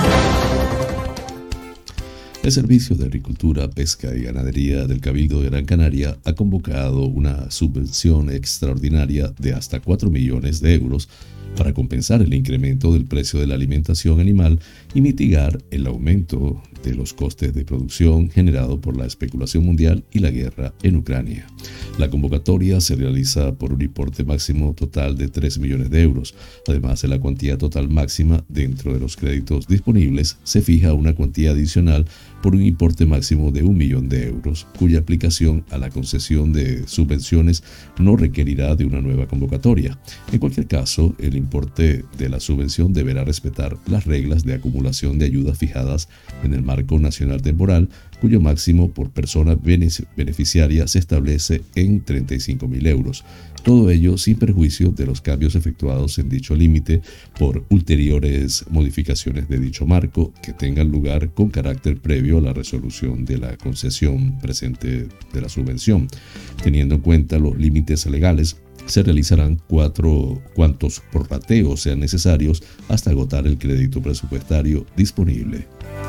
El Servicio de Agricultura, Pesca y Ganadería del Cabildo de Gran Canaria ha convocado una subvención extraordinaria de hasta 4 millones de euros para compensar el incremento del precio de la alimentación animal y mitigar el aumento de los costes de producción generado por la especulación mundial y la guerra en Ucrania. La convocatoria se realiza por un importe máximo total de 3 millones de euros. Además de la cuantía total máxima, dentro de los créditos disponibles, se fija una cuantía adicional por un importe máximo de 1 millón de euros, cuya aplicación a la concesión de subvenciones no requerirá de una nueva convocatoria. En cualquier caso, el importe de la subvención deberá respetar las reglas de acumulación de ayudas fijadas en el Marco Nacional Temporal, cuyo máximo por persona beneficiaria se establece en 35.000 euros. Todo ello sin perjuicio de los cambios efectuados en dicho límite por ulteriores modificaciones de dicho marco que tengan lugar con carácter previo a la resolución de la concesión presente de la subvención. Teniendo en cuenta los límites legales, se realizarán cuantos prorrateos sean necesarios hasta agotar el crédito presupuestario disponible.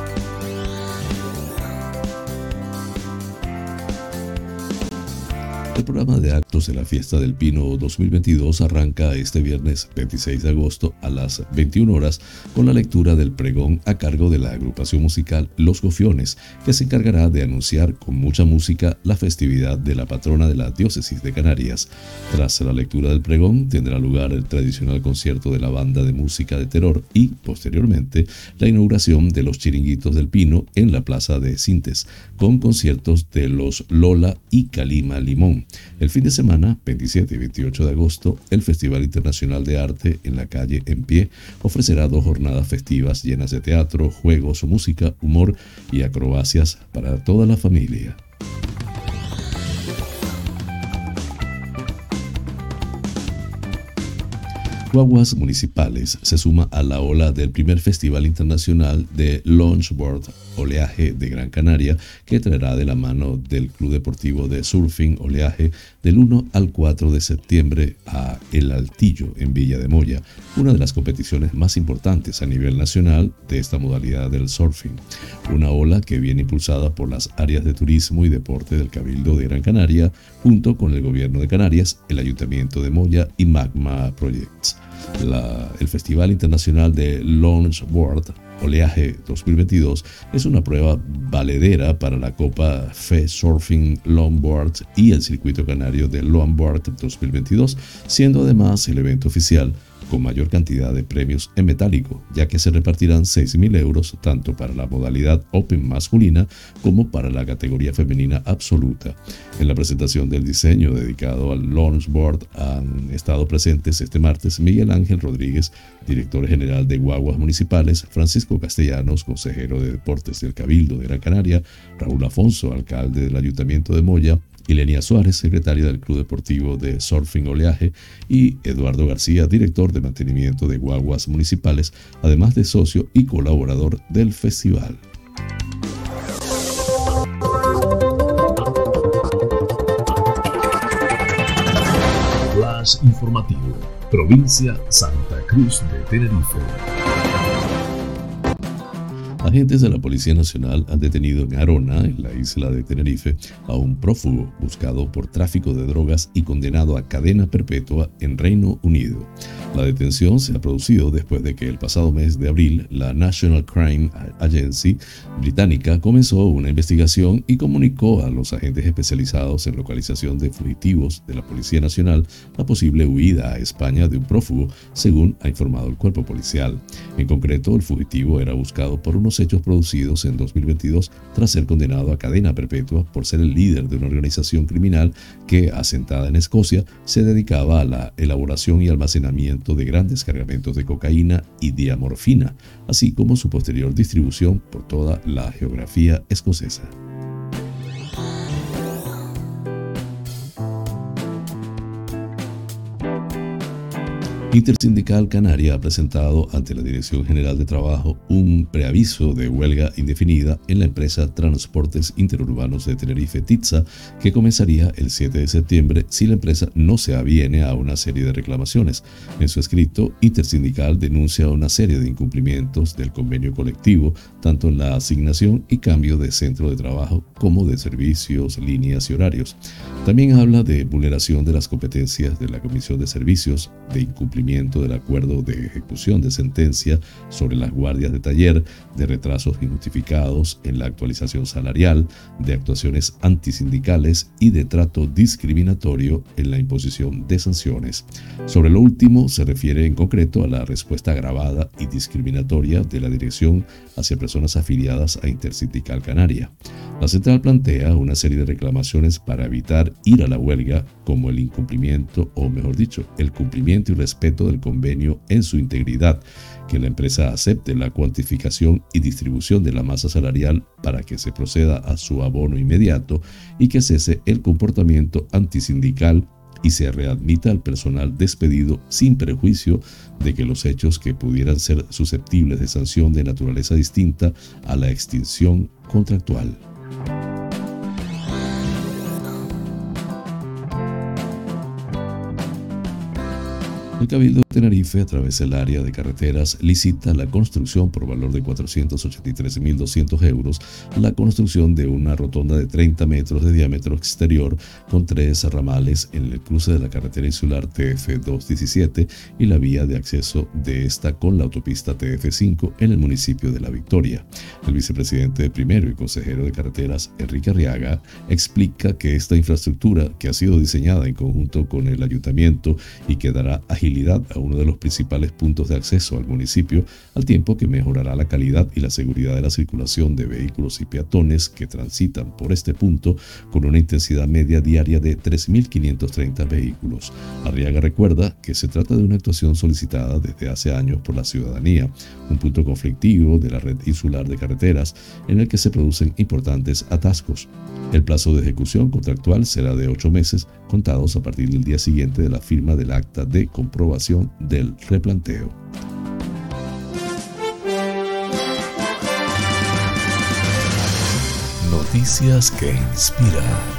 El programa de actos de la Fiesta del Pino 2022 arranca este viernes 26 de agosto a las 21 horas con la lectura del pregón a cargo de la agrupación musical Los Gofiones, que se encargará de anunciar con mucha música la festividad de la patrona de la diócesis de Canarias. Tras la lectura del pregón tendrá lugar el tradicional concierto de la banda de música de terror y, posteriormente, la inauguración de los Chiringuitos del Pino en la Plaza de Sintes, con conciertos de los Lola y Calima Limón. El fin de semana, 27 y 28 de agosto, el Festival Internacional de Arte en la Calle En Pie ofrecerá 2 jornadas festivas llenas de teatro, juegos, música, humor y acrobacias para toda la familia. Guaguas Municipales se suma a la ola del primer Festival Internacional de Longboard Oleaje de Gran Canaria, que traerá de la mano del Club Deportivo de Surfing Oleaje del 1 al 4 de septiembre a El Altillo, en Villa de Moya, una de las competiciones más importantes a nivel nacional de esta modalidad del surfing. Una ola que viene impulsada por las áreas de turismo y deporte del Cabildo de Gran Canaria, junto con el Gobierno de Canarias, el Ayuntamiento de Moya y Magma Projects. El Festival Internacional de Longboard Oleaje 2022 es una prueba valedera para la Copa FE Surfing Longboard y el Circuito Canario de Longboard 2022, siendo además el evento oficial con mayor cantidad de premios en metálico, ya que se repartirán 6.000 euros tanto para la modalidad Open masculina como para la categoría femenina absoluta. En la presentación del diseño dedicado al longboard han estado presentes este martes Miguel Ángel Rodríguez, director general de Guaguas Municipales, Francisco Castellanos, consejero de Deportes del Cabildo de Gran Canaria, Raúl Afonso, alcalde del Ayuntamiento de Moya, Ilenia Suárez, secretaria del Club Deportivo de Surfing Oleaje, y Eduardo García, director de mantenimiento de Guaguas Municipales, además de socio y colaborador del festival. Flash informativo, provincia Santa Cruz de Tenerife. Agentes de la Policía Nacional han detenido en Arona, en la isla de Tenerife, a un prófugo buscado por tráfico de drogas y condenado a cadena perpetua en Reino Unido. La detención se ha producido después de que el pasado mes de abril la National Crime Agency británica comenzó una investigación y comunicó a los agentes especializados en localización de fugitivos de la Policía Nacional la posible huida a España de un prófugo, según ha informado el cuerpo policial. En concreto, el fugitivo era buscado por unos hechos producidos en 2022 tras ser condenado a cadena perpetua por ser el líder de una organización criminal que, asentada en Escocia, se dedicaba a la elaboración y almacenamiento de grandes cargamentos de cocaína y diamorfina, así como su posterior distribución por toda la geografía escocesa. Intersindical Canaria ha presentado ante la Dirección General de Trabajo un preaviso de huelga indefinida en la empresa Transportes Interurbanos de Tenerife TITSA, que comenzaría el 7 de septiembre si la empresa no se aviene a una serie de reclamaciones. En su escrito, Intersindical denuncia una serie de incumplimientos del convenio colectivo, tanto en la asignación y cambio de centro de trabajo como de servicios, líneas y horarios. También habla de vulneración de las competencias de la Comisión de Servicios, de incumplimiento del acuerdo de ejecución de sentencia sobre las guardias de taller, de retrasos injustificados en la actualización salarial, de actuaciones antisindicales y de trato discriminatorio en la imposición de sanciones. Sobre lo último, se refiere en concreto a la respuesta agravada y discriminatoria de la dirección hacia personas afiliadas a Intersindical Canaria. La central plantea una serie de reclamaciones para evitar ir a la huelga, como el incumplimiento, o mejor dicho, el cumplimiento y respeto del convenio en su integridad, que la empresa acepte la cuantificación y distribución de la masa salarial para que se proceda a su abono inmediato y que cese el comportamiento antisindical y se readmita al personal despedido sin perjuicio de que los hechos que pudieran ser susceptibles de sanción de naturaleza distinta a la extinción contractual. El Cabildo de Tenerife, a través del área de carreteras, licita la construcción por valor de 483.200 euros, la construcción de una rotonda de 30 metros de diámetro exterior con 3 ramales en el cruce de la carretera insular TF217 y la vía de acceso de esta con la autopista TF5 en el municipio de La Victoria. El vicepresidente de Primero y consejero de carreteras, Enrique Arriaga, explica que esta infraestructura, que ha sido diseñada en conjunto con el ayuntamiento y que dará agilidad a uno de los principales puntos de acceso al municipio, al tiempo que mejorará la calidad y la seguridad de la circulación de vehículos y peatones que transitan por este punto con una intensidad media diaria de 3.530 vehículos. Arriaga recuerda que se trata de una actuación solicitada desde hace años por la ciudadanía, un punto conflictivo de la red insular de carreteras en el que se producen importantes atascos. El plazo de ejecución contractual será de 8 meses, contados a partir del día siguiente de la firma del acta de comprobación del replanteo. Noticias que inspiran.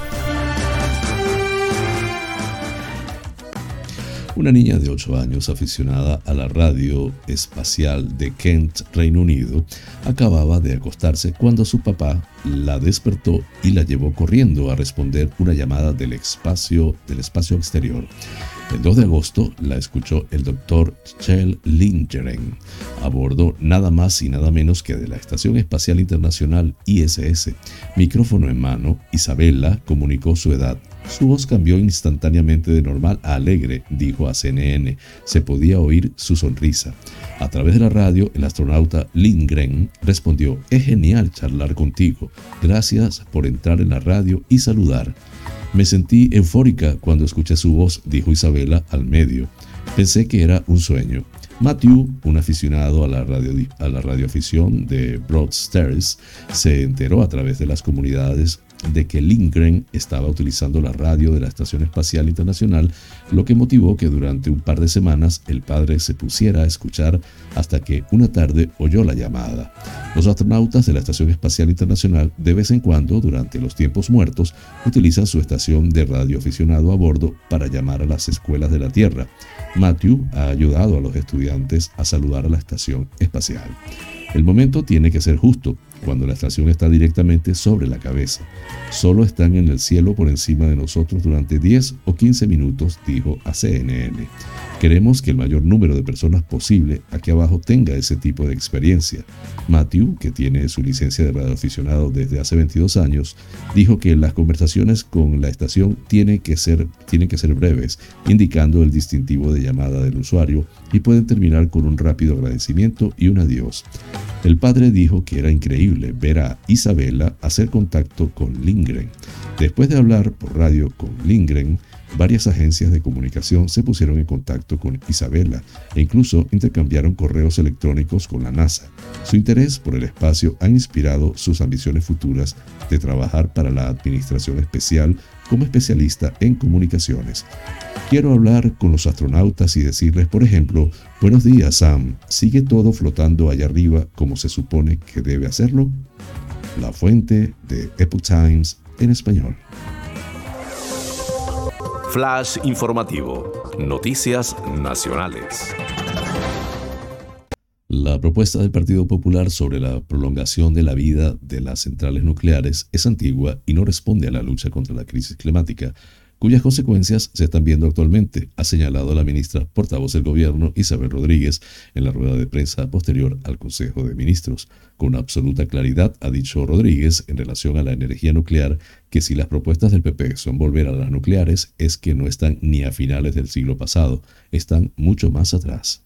Una niña de 8 años aficionada a la radio espacial de Kent, Reino Unido, acababa de acostarse cuando su papá la despertó y la llevó corriendo a responder una llamada del espacio exterior. El 2 de agosto la escuchó el Dr. Kjell Lindgren a bordo nada más y nada menos que de la Estación Espacial Internacional ISS. Micrófono en mano, Isabella comunicó su edad. Su voz cambió instantáneamente de normal a alegre, dijo a CNN. Se podía oír su sonrisa. A través de la radio, el astronauta Lindgren respondió: «Es genial charlar contigo. Gracias por entrar en la radio y saludar». «Me sentí eufórica cuando escuché su voz», dijo Isabella al medio. «Pensé que era un sueño». Matthew, un aficionado a la radioafición de Broadstairs, se enteró a través de las comunidades de que Lindgren estaba utilizando la radio de la Estación Espacial Internacional, lo que motivó que durante un par de semanas el padre se pusiera a escuchar hasta que una tarde oyó la llamada. Los astronautas de la Estación Espacial Internacional de vez en cuando, durante los tiempos muertos, utilizan su estación de radioaficionado a bordo para llamar a las escuelas de la Tierra. Matthew ha ayudado a los estudiantes a saludar a la Estación Espacial. El momento tiene que ser justo. cuando la estación está directamente sobre la cabeza. Solo están en el cielo por encima de nosotros durante 10 o 15 minutos, dijo a CNN. Queremos que el mayor número de personas posible aquí abajo tenga ese tipo de experiencia. Matthew, que tiene su licencia de radioaficionado desde hace 22 años, dijo que las conversaciones con la estación tienen que ser breves, indicando el distintivo de llamada del usuario, y pueden terminar con un rápido agradecimiento y un adiós. El padre dijo que era increíble ver a Isabella hacer contacto con Lindgren. Después de hablar por radio con Lindgren, varias agencias de comunicación se pusieron en contacto con Isabella e incluso intercambiaron correos electrónicos con la NASA. Su interés por el espacio ha inspirado sus ambiciones futuras de trabajar para la Administración Especial como especialista en comunicaciones. Quiero hablar con los astronautas y decirles, por ejemplo, buenos días, Sam, ¿sigue todo flotando allá arriba como se supone que debe hacerlo? La fuente de Epoch Times en español. Flash informativo. Noticias nacionales. La propuesta del Partido Popular sobre la prolongación de la vida de las centrales nucleares es antigua y no responde a la lucha contra la crisis climática, cuyas consecuencias se están viendo actualmente, ha señalado la ministra portavoz del gobierno Isabel Rodríguez en la rueda de prensa posterior al Consejo de Ministros. Con absoluta claridad ha dicho Rodríguez en relación a la energía nuclear que si las propuestas del PP son volver a las nucleares es que no están ni a finales del siglo pasado, están mucho más atrás.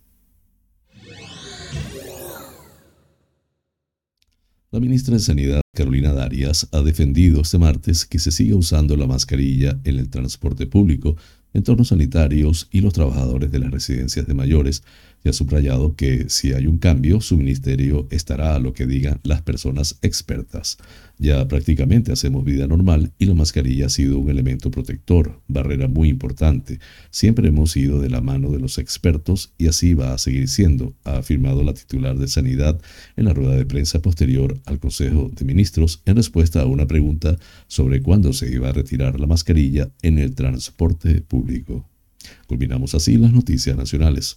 La ministra de Sanidad, Carolina Darias, ha defendido este martes que se siga usando la mascarilla en el transporte público, entornos sanitarios y los trabajadores de las residencias de mayores, y ha subrayado que si hay un cambio, su ministerio estará a lo que digan las personas expertas. Ya prácticamente hacemos vida normal y la mascarilla ha sido un elemento protector, barrera muy importante. Siempre hemos ido de la mano de los expertos y así va a seguir siendo, ha afirmado la titular de Sanidad en la rueda de prensa posterior al Consejo de Ministros en respuesta a una pregunta sobre cuándo se iba a retirar la mascarilla en el transporte público. Culminamos así las noticias nacionales.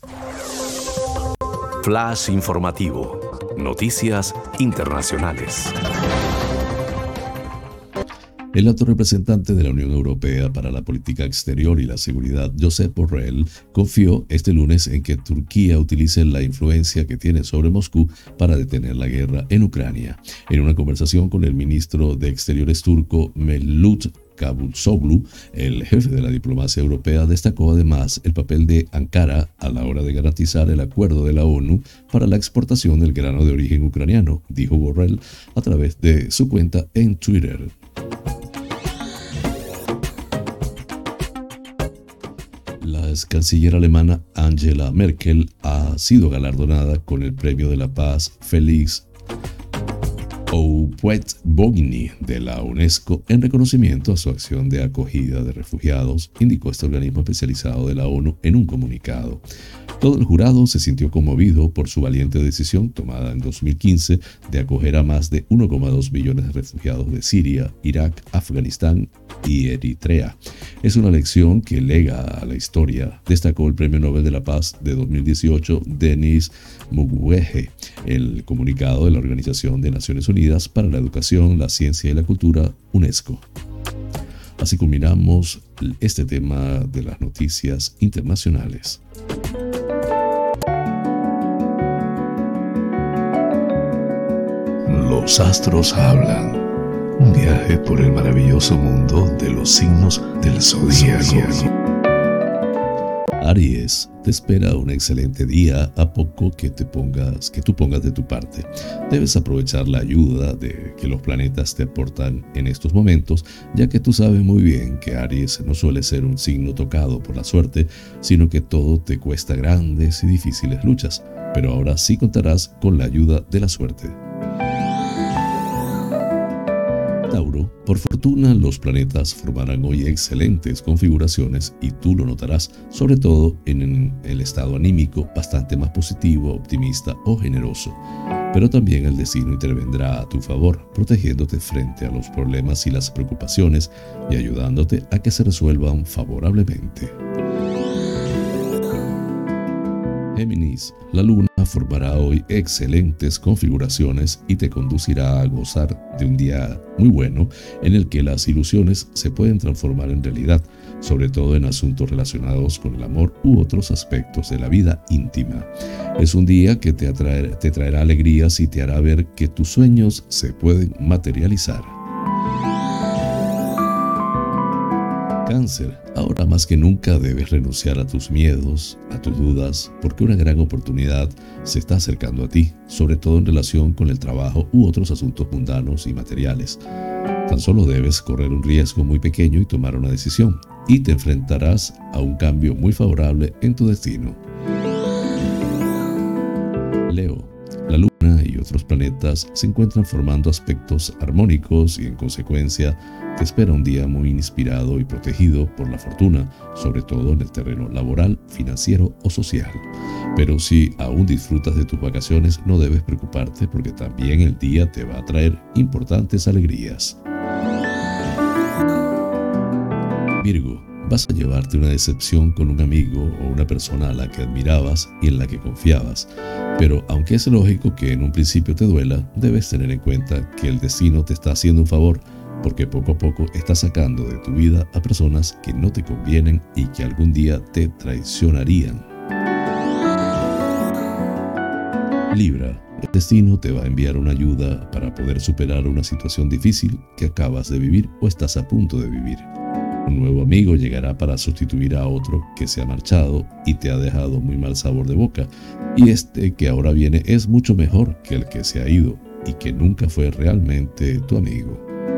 Flash informativo. Noticias internacionales. El alto representante de la Unión Europea para la Política Exterior y la Seguridad, Josep Borrell, confió este lunes en que Turquía utilice la influencia que tiene sobre Moscú para detener la guerra en Ucrania. En una conversación con el ministro de Exteriores turco, Mevlut Cavusoglu, el jefe de la diplomacia europea, destacó además el papel de Ankara a la hora de garantizar el acuerdo de la ONU para la exportación del grano de origen ucraniano, dijo Borrell a través de su cuenta en Twitter. La canciller alemana Angela Merkel ha sido galardonada con el Premio de la Paz Félix Houphouët-Boigny de la UNESCO en reconocimiento a su acción de acogida de refugiados, indicó este organismo especializado de la ONU en un comunicado. Todo el jurado se sintió conmovido por su valiente decisión tomada en 2015 de acoger a más de 1,2 millones de refugiados de Siria, Irak, Afganistán y Eritrea. Es una lección que lega a la historia, destacó el Premio Nobel de la Paz de 2018 Denis Mukwege, el comunicado de la Organización de Naciones Unidas para la Educación, la Ciencia y la Cultura, UNESCO. Así culminamos este tema de las noticias internacionales. Los astros hablan. Un viaje por el maravilloso mundo de los signos del zodíaco. Aries, te espera un excelente día a poco que tú pongas de tu parte. Debes aprovechar la ayuda que los planetas te aportan en estos momentos, ya que tú sabes muy bien que Aries no suele ser un signo tocado por la suerte, sino que todo te cuesta grandes y difíciles luchas. Pero ahora sí contarás con la ayuda de la suerte. Tauro, por fortuna los planetas formarán hoy excelentes configuraciones y tú lo notarás, sobre todo en el estado anímico bastante más positivo, optimista o generoso. Pero también el destino intervendrá a tu favor, protegiéndote frente a los problemas y las preocupaciones y ayudándote a que se resuelvan favorablemente. Géminis, la luna formará hoy excelentes configuraciones y te conducirá a gozar de un día muy bueno en el que las ilusiones se pueden transformar en realidad, sobre todo en asuntos relacionados con el amor u otros aspectos de la vida íntima. Es un día que te traerá alegrías y te hará ver que tus sueños se pueden materializar. Cáncer, ahora más que nunca debes renunciar a tus miedos, a tus dudas, porque una gran oportunidad se está acercando a ti, sobre todo en relación con el trabajo u otros asuntos mundanos y materiales. Tan solo debes correr un riesgo muy pequeño y tomar una decisión, y te enfrentarás a un cambio muy favorable en tu destino. Leo, la luna y otros planetas se encuentran formando aspectos armónicos y en consecuencia te espera un día muy inspirado y protegido por la fortuna, sobre todo en el terreno laboral, financiero o social. Pero si aún disfrutas de tus vacaciones, no debes preocuparte porque también el día te va a traer importantes alegrías. Virgo, vas a llevarte una decepción con un amigo o una persona a la que admirabas y en la que confiabas. Pero aunque es lógico que en un principio te duela, debes tener en cuenta que el destino te está haciendo un favor, porque poco a poco estás sacando de tu vida a personas que no te convienen y que algún día te traicionarían. Libra, el destino te va a enviar una ayuda para poder superar una situación difícil que acabas de vivir o estás a punto de vivir. Un nuevo amigo llegará para sustituir a otro que se ha marchado y te ha dejado muy mal sabor de boca, y este que ahora viene es mucho mejor que el que se ha ido y que nunca fue realmente tu amigo.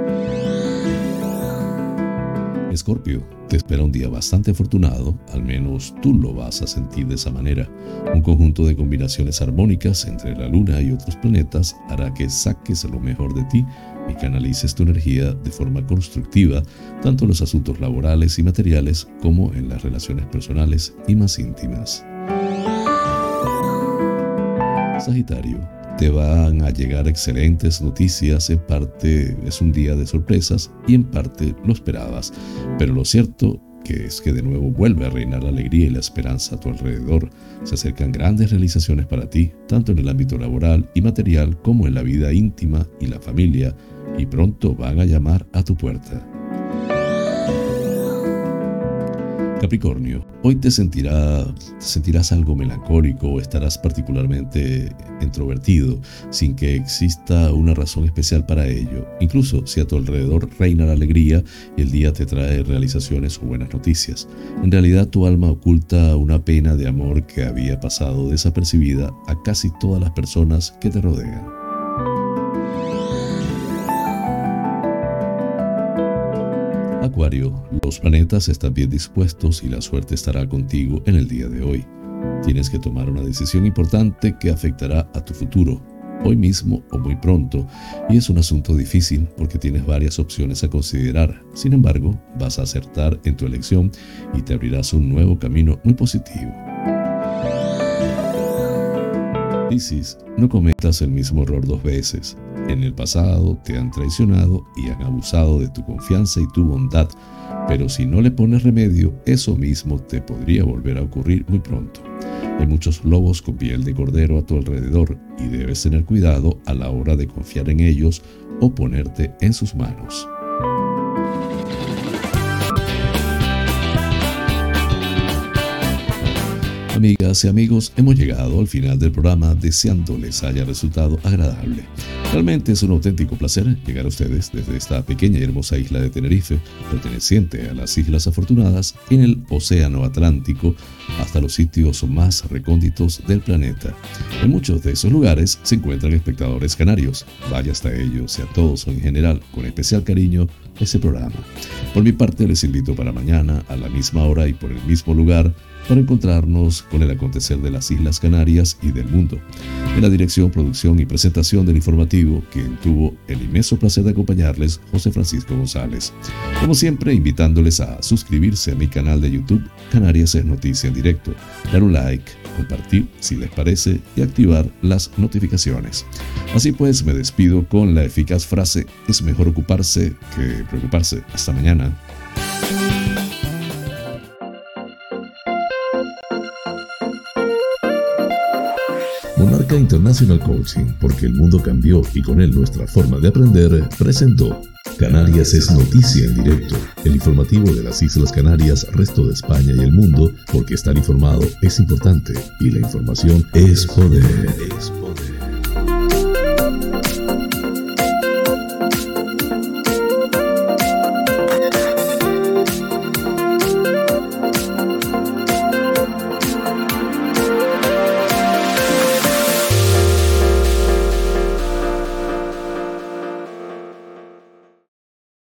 Escorpio, te espera un día bastante afortunado, al menos tú lo vas a sentir de esa manera. Un conjunto de combinaciones armónicas entre la luna y otros planetas hará que saques lo mejor de ti y canalices tu energía de forma constructiva, tanto en los asuntos laborales y materiales como en las relaciones personales y más íntimas. Sagitario, te van a llegar excelentes noticias, en parte es un día de sorpresas y en parte lo esperabas, pero lo cierto que es que de nuevo vuelve a reinar la alegría y la esperanza a tu alrededor. Se acercan grandes realizaciones para ti, tanto en el ámbito laboral y material como en la vida íntima y la familia, y pronto van a llamar a tu puerta. Capricornio, hoy te sentirás algo melancólico o estarás particularmente introvertido, sin que exista una razón especial para ello. Incluso si a tu alrededor reina la alegría y el día te trae realizaciones o buenas noticias. En realidad tu alma oculta una pena de amor que había pasado desapercibida a casi todas las personas que te rodean. Acuario, los planetas están bien dispuestos y la suerte estará contigo en el día de hoy. Tienes que tomar una decisión importante que afectará a tu futuro, hoy mismo o muy pronto, y es un asunto difícil porque tienes varias opciones a considerar. Sin embargo, vas a acertar en tu elección y te abrirás un nuevo camino muy positivo. Piscis, no cometas el mismo error dos veces. En el pasado te han traicionado y han abusado de tu confianza y tu bondad, pero si no le pones remedio, eso mismo te podría volver a ocurrir muy pronto. Hay muchos lobos con piel de cordero a tu alrededor y debes tener cuidado a la hora de confiar en ellos o ponerte en sus manos. Amigas y amigos, hemos llegado al final del programa deseando les haya resultado agradable. Realmente es un auténtico placer llegar a ustedes desde esta pequeña y hermosa isla de Tenerife, perteneciente a las Islas Afortunadas, en el Océano Atlántico, hasta los sitios más recónditos del planeta. En muchos de esos lugares se encuentran espectadores canarios. Vaya hasta ellos y a todos en general, con especial cariño, ese programa. Por mi parte, les invito para mañana, a la misma hora y por el mismo lugar, para encontrarnos con el acontecer de las Islas Canarias y del mundo. En la dirección, producción y presentación del informativo, quien tuvo el inmenso placer de acompañarles, José Francisco González. Como siempre, invitándoles a suscribirse a mi canal de YouTube, Canarias es Noticia en Directo, dar un like, compartir si les parece y activar las notificaciones. Así pues, me despido con la eficaz frase: es mejor ocuparse que preocuparse. Hasta mañana. Monarca International Coaching, porque el mundo cambió y con él nuestra forma de aprender, presentó Canarias es noticia en directo, el informativo de las Islas Canarias, resto de España y el mundo, porque estar informado es importante y la información es poder.